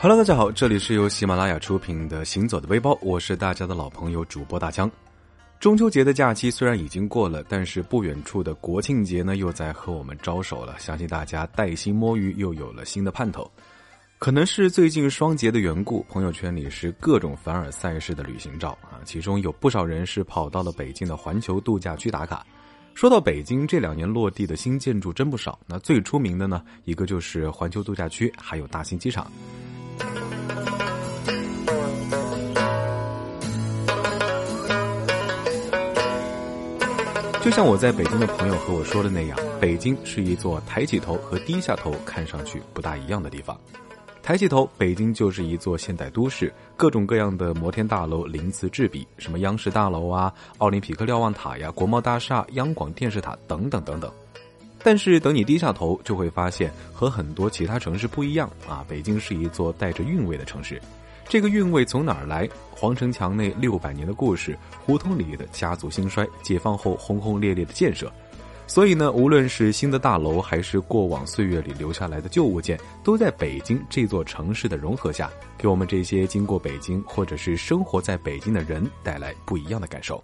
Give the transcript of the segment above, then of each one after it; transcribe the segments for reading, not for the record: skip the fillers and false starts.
Hello， 大家好，这里是由喜马拉雅出品的行走的背包，我是大家的老朋友主播大江。中秋节的假期虽然已经过了，但是不远处的国庆节呢又在和我们招手了，相信大家带薪摸鱼又有了新的盼头。可能是最近双节的缘故，朋友圈里是各种凡尔赛式的旅行照啊，其中有不少人是跑到了北京的环球度假区打卡。说到北京，这2年落地的新建筑真不少，那最出名的呢，一个就是环球度假区，还有大兴机场。就像我在北京的朋友和我说的那样，北京是一座抬起头和低下头看上去不大一样的地方。抬起头，北京就是一座现代都市，各种各样的摩天大楼鳞次栉比，什么央视大楼啊、奥林匹克瞭望塔呀、国贸大厦、央广电视塔等等等等。但是等你低下头，就会发现和很多其他城市不一样啊，北京是一座带着韵味的城市。这个韵味从哪儿来？皇城墙内600年的故事，胡同里的家族兴衰，解放后轰轰烈烈的建设。所以呢，无论是新的大楼还是过往岁月里留下来的旧物件，都在北京这座城市的融合下，给我们这些经过北京或者是生活在北京的人带来不一样的感受。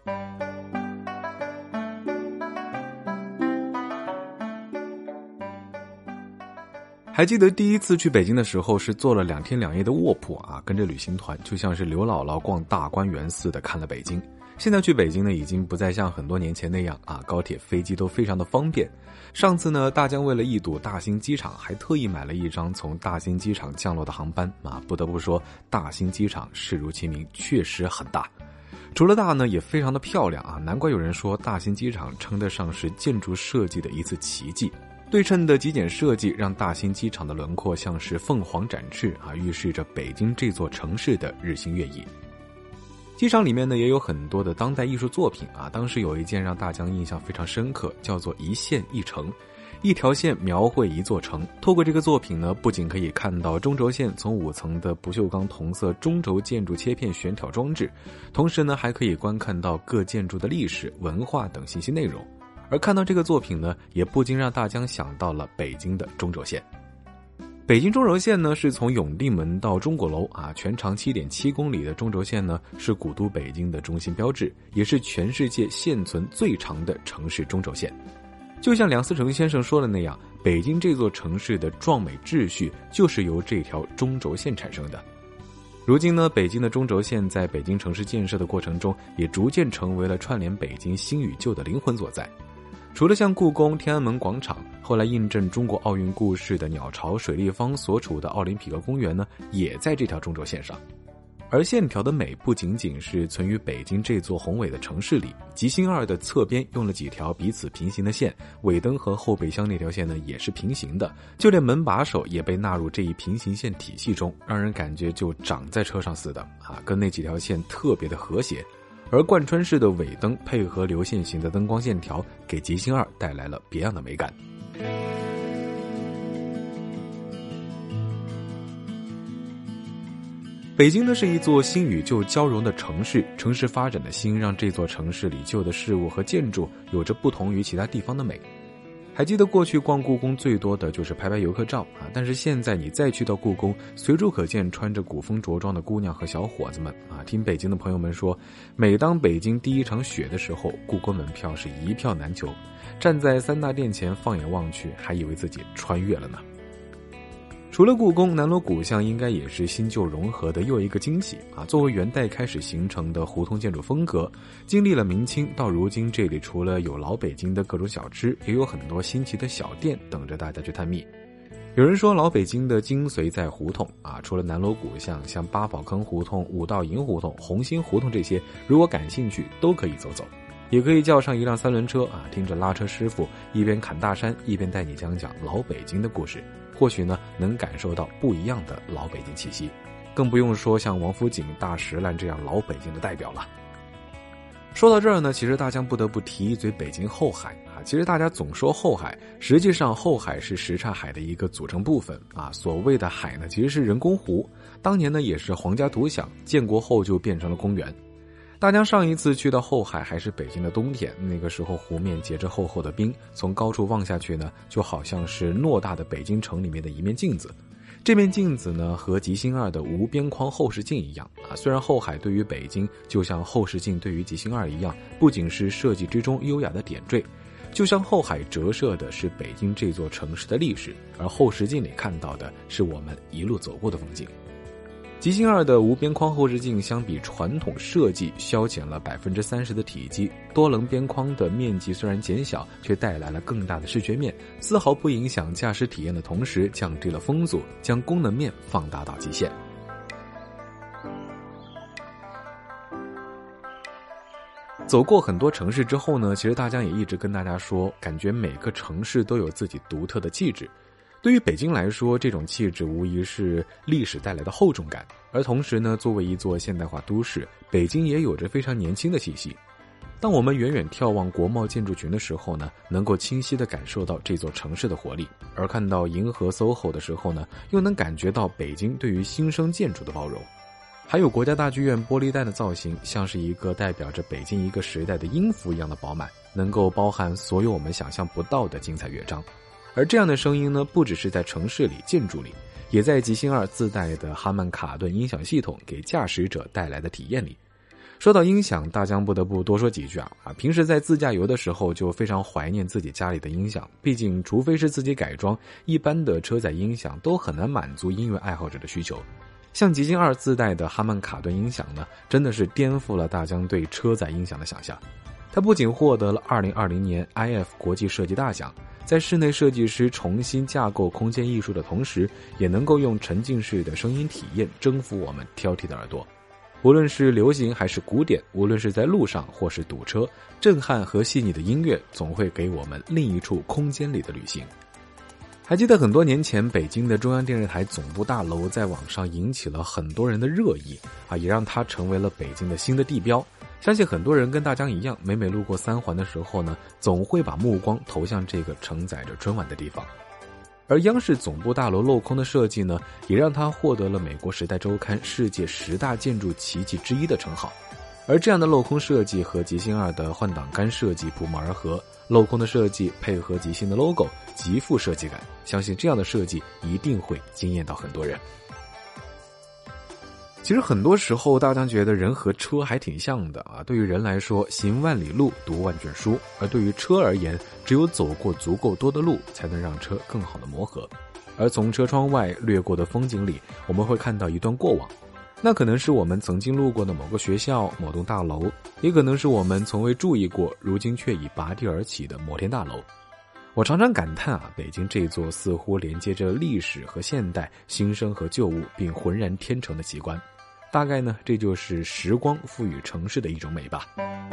还记得第一次去北京的时候，是坐了2天2夜的卧铺啊，跟着旅行团，就像是刘姥姥逛大观园似的看了北京。现在去北京呢，已经不再像很多年前那样啊，高铁飞机都非常的方便。上次呢，大江为了一睹大兴机场，还特意买了一张从大兴机场降落的航班啊。不得不说，大兴机场视如其名，确实很大。除了大呢，也非常的漂亮啊，难怪有人说大兴机场称得上是建筑设计的一次奇迹。对称的极简设计让大兴机场的轮廓像是凤凰展翅啊，预示着北京这座城市的日新月异。机场里面呢也有很多的当代艺术作品啊，当时有一件让大江印象非常深刻，叫做一线一城，一条线描绘一座城。透过这个作品呢，不仅可以看到中轴线从5层的不锈钢同色中轴建筑切片悬挑装置，同时呢还可以观看到各建筑的历史、文化等信息内容。而看到这个作品呢，也不禁让大江想到了北京的中轴线。北京中轴线呢，是从永定门到钟鼓楼啊，全长7.7公里的中轴线呢，是古都北京的中心标志，也是全世界现存最长的城市中轴线。就像梁思成先生说的那样，北京这座城市的壮美秩序就是由这条中轴线产生的。如今呢，北京的中轴线在北京城市建设的过程中，也逐渐成为了串联北京新与旧的灵魂所在。除了像故宫、天安门广场，后来印证中国奥运故事的鸟巢水立方所处的奥林匹克公园呢，也在这条中轴线上。而线条的美不仅仅是存于北京这座宏伟的城市里，吉星2的侧边用了几条彼此平行的线，尾灯和后备箱那条线呢也是平行的，就连门把手也被纳入这一平行线体系中，让人感觉就长在车上似的啊，跟那几条线特别的和谐。而贯穿式的尾灯配合流线型的灯光线条，给吉星2带来了别样的美感。北京呢是一座新与旧交融的城市，城市发展的新让这座城市里旧的事物和建筑有着不同于其他地方的美。还记得过去逛故宫最多的就是拍游客照啊，但是现在你再去到故宫，随处可见穿着古风着装的姑娘和小伙子们啊。听北京的朋友们说，每当北京第一场雪的时候，故宫门票是一票难求，站在3大殿前放眼望去，还以为自己穿越了呢。除了故宫，南锣鼓巷应该也是新旧融合的又一个惊喜啊！作为元代开始形成的胡同建筑风格，经历了明清到如今，这里除了有老北京的各种小吃，也有很多新奇的小店等着大家去探秘。有人说老北京的精髓在胡同啊，除了南锣鼓巷，像八宝坑胡同、五道营胡同、红星胡同这些，如果感兴趣都可以走走。也可以叫上一辆3轮车啊，听着拉车师傅一边砍大山，一边带你讲讲老北京的故事，或许呢能感受到不一样的老北京气息。更不用说像王府井、大石栏这样老北京的代表了。说到这儿呢，其实大家不得不提一嘴北京后海啊。其实大家总说后海，实际上后海是什刹海的一个组成部分啊。所谓的海呢，其实是人工湖，当年呢也是皇家独享，建国后就变成了公园。大江上一次去到后海还是北京的冬天，那个时候湖面结着厚厚的冰，从高处望下去呢，就好像是偌大的北京城里面的一面镜子。 这面镜子呢，和极星2的无边框后视镜一样啊。虽然后海对于北京就像后视镜对于极星2一样，不仅是设计之中优雅的点缀，就像后海折射的是北京这座城市的历史，而后视镜里看到的是我们一路走过的风景。极星2的无边框后视镜相比传统设计削减了30%的体积，多棱边框的面积虽然减小，却带来了更大的视觉面，丝毫不影响驾驶体验的同时，降低了风阻，将功能面放大到极限。走过很多城市之后呢，其实大江也一直跟大家说，感觉每个城市都有自己独特的气质。对于北京来说，这种气质无疑是历史带来的厚重感，而同时呢，作为一座现代化都市，北京也有着非常年轻的气息。当我们远远眺望国贸建筑群的时候呢，能够清晰地感受到这座城市的活力，而看到银河 SOHO 的时候呢，又能感觉到北京对于新生建筑的包容。还有国家大剧院玻璃弹的造型，像是一个代表着北京一个时代的音符一样的饱满，能够包含所有我们想象不到的精彩乐章。而这样的声音呢，不只是在城市里、建筑里，也在极星2自带的哈曼卡顿音响系统给驾驶者带来的体验里。说到音响，大江不得不多说几句啊！平时在自驾游的时候就非常怀念自己家里的音响，毕竟除非是自己改装，一般的车载音响都很难满足音乐爱好者的需求。像极星2自带的哈曼卡顿音响呢，真的是颠覆了大江对车载音响的想象。它不仅获得了2020年 IF 国际设计大奖，在室内设计师重新架构空间艺术的同时，也能够用沉浸式的声音体验征服我们挑剔的耳朵。无论是流行还是古典，无论是在路上或是堵车，震撼和细腻的音乐总会给我们另一处空间里的旅行。还记得很多年前，北京的中央电视台总部大楼在网上引起了很多人的热议也让它成为了北京的新的地标。相信很多人跟大江一样，每路过3环的时候呢，总会把目光投向这个承载着春晚的地方。而央视总部大楼镂空的设计呢，也让它获得了美国《时代周刊》世界10大建筑奇迹之一的称号。而这样的镂空设计和极星2的换挡杆设计不谋而合，镂空的设计配合极星的 logo， 极富设计感，相信这样的设计一定会惊艳到很多人。其实很多时候大家觉得人和车还挺像的对于人来说，行万里路，读万卷书，而对于车而言，只有走过足够多的路，才能让车更好的磨合。而从车窗外掠过的风景里，我们会看到一段过往，那可能是我们曾经路过的某个学校、某栋大楼，也可能是我们从未注意过，如今却已拔地而起的摩天大楼。我常常感叹北京这座似乎连接着历史和现代、新生和旧物，并浑然天成的奇观。大概呢，这就是时光赋予城市的一种美吧。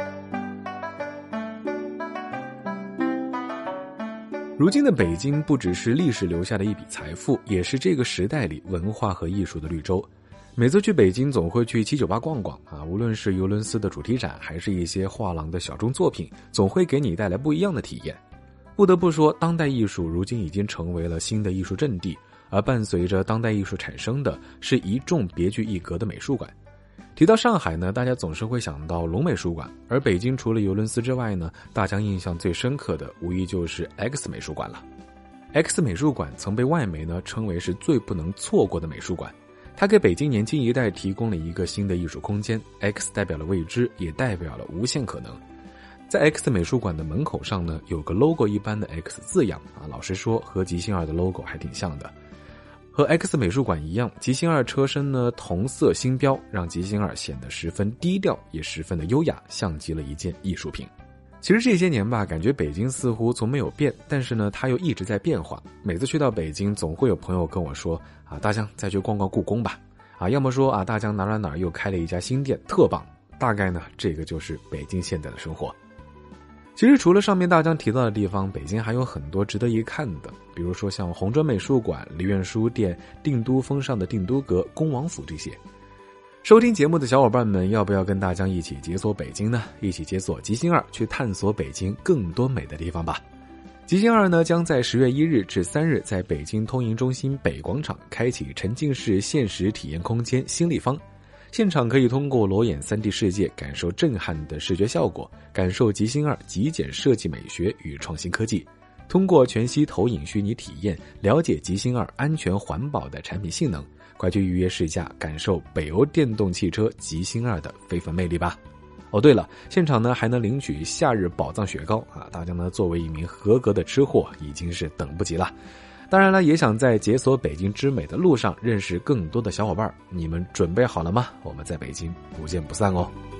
如今的北京不只是历史留下的一笔财富，也是这个时代里文化和艺术的绿洲。每次去北京总会去798逛逛无论是尤伦斯的主题展，还是一些画廊的小众作品，总会给你带来不一样的体验。不得不说，当代艺术如今已经成为了新的艺术阵地，而伴随着当代艺术产生的是一众别具一格的美术馆。提到上海呢，大家总是会想到龙美术馆，而北京除了尤伦斯之外呢，大家印象最深刻的无疑就是 X 美术馆了。X 美术馆曾被外媒呢称为是最不能错过的美术馆，它给北京年轻一代提供了一个新的艺术空间。 X 代表了未知，也代表了无限可能。在 X 美术馆的门口上呢，有个 logo 一般的 X 字样老实说和极星2的 logo 还挺像的。和 X 美术馆一样，极星2车身呢同色星标，让极星2显得十分低调，也十分的优雅，像极了一件艺术品。其实这些年吧，感觉北京似乎从没有变，但是呢它又一直在变化。每次去到北京，总会有朋友跟我说大江再去逛逛故宫吧要么说大江哪儿又开了一家新店，特棒。大概呢这个就是北京现在的生活。其实除了上面大江提到的地方，北京还有很多值得一看的，比如说像红砖美术馆、梨园书店、定都峰上的定都阁、恭王府这些。收听节目的小伙伴们，要不要跟大江一起解锁北京呢？一起解锁极星2，去探索北京更多美的地方吧。极星2呢将在10月1日至3日在北京通银中心北广场开启沉浸式现实体验空间新立方。现场可以通过裸眼 3D 世界感受震撼的视觉效果，感受极星2极简设计美学与创新科技。 通过全息投影虚拟体验，了解极星2安全环保的产品性能，快去预约试驾，感受北欧电动汽车极星2的非凡魅力吧。哦，对了，现场呢还能领取夏日宝藏雪糕啊！大家呢作为一名合格的吃货，已经是等不及了。当然了，也想在解锁北京之美的路上认识更多的小伙伴，你们准备好了吗？我们在北京不见不散哦。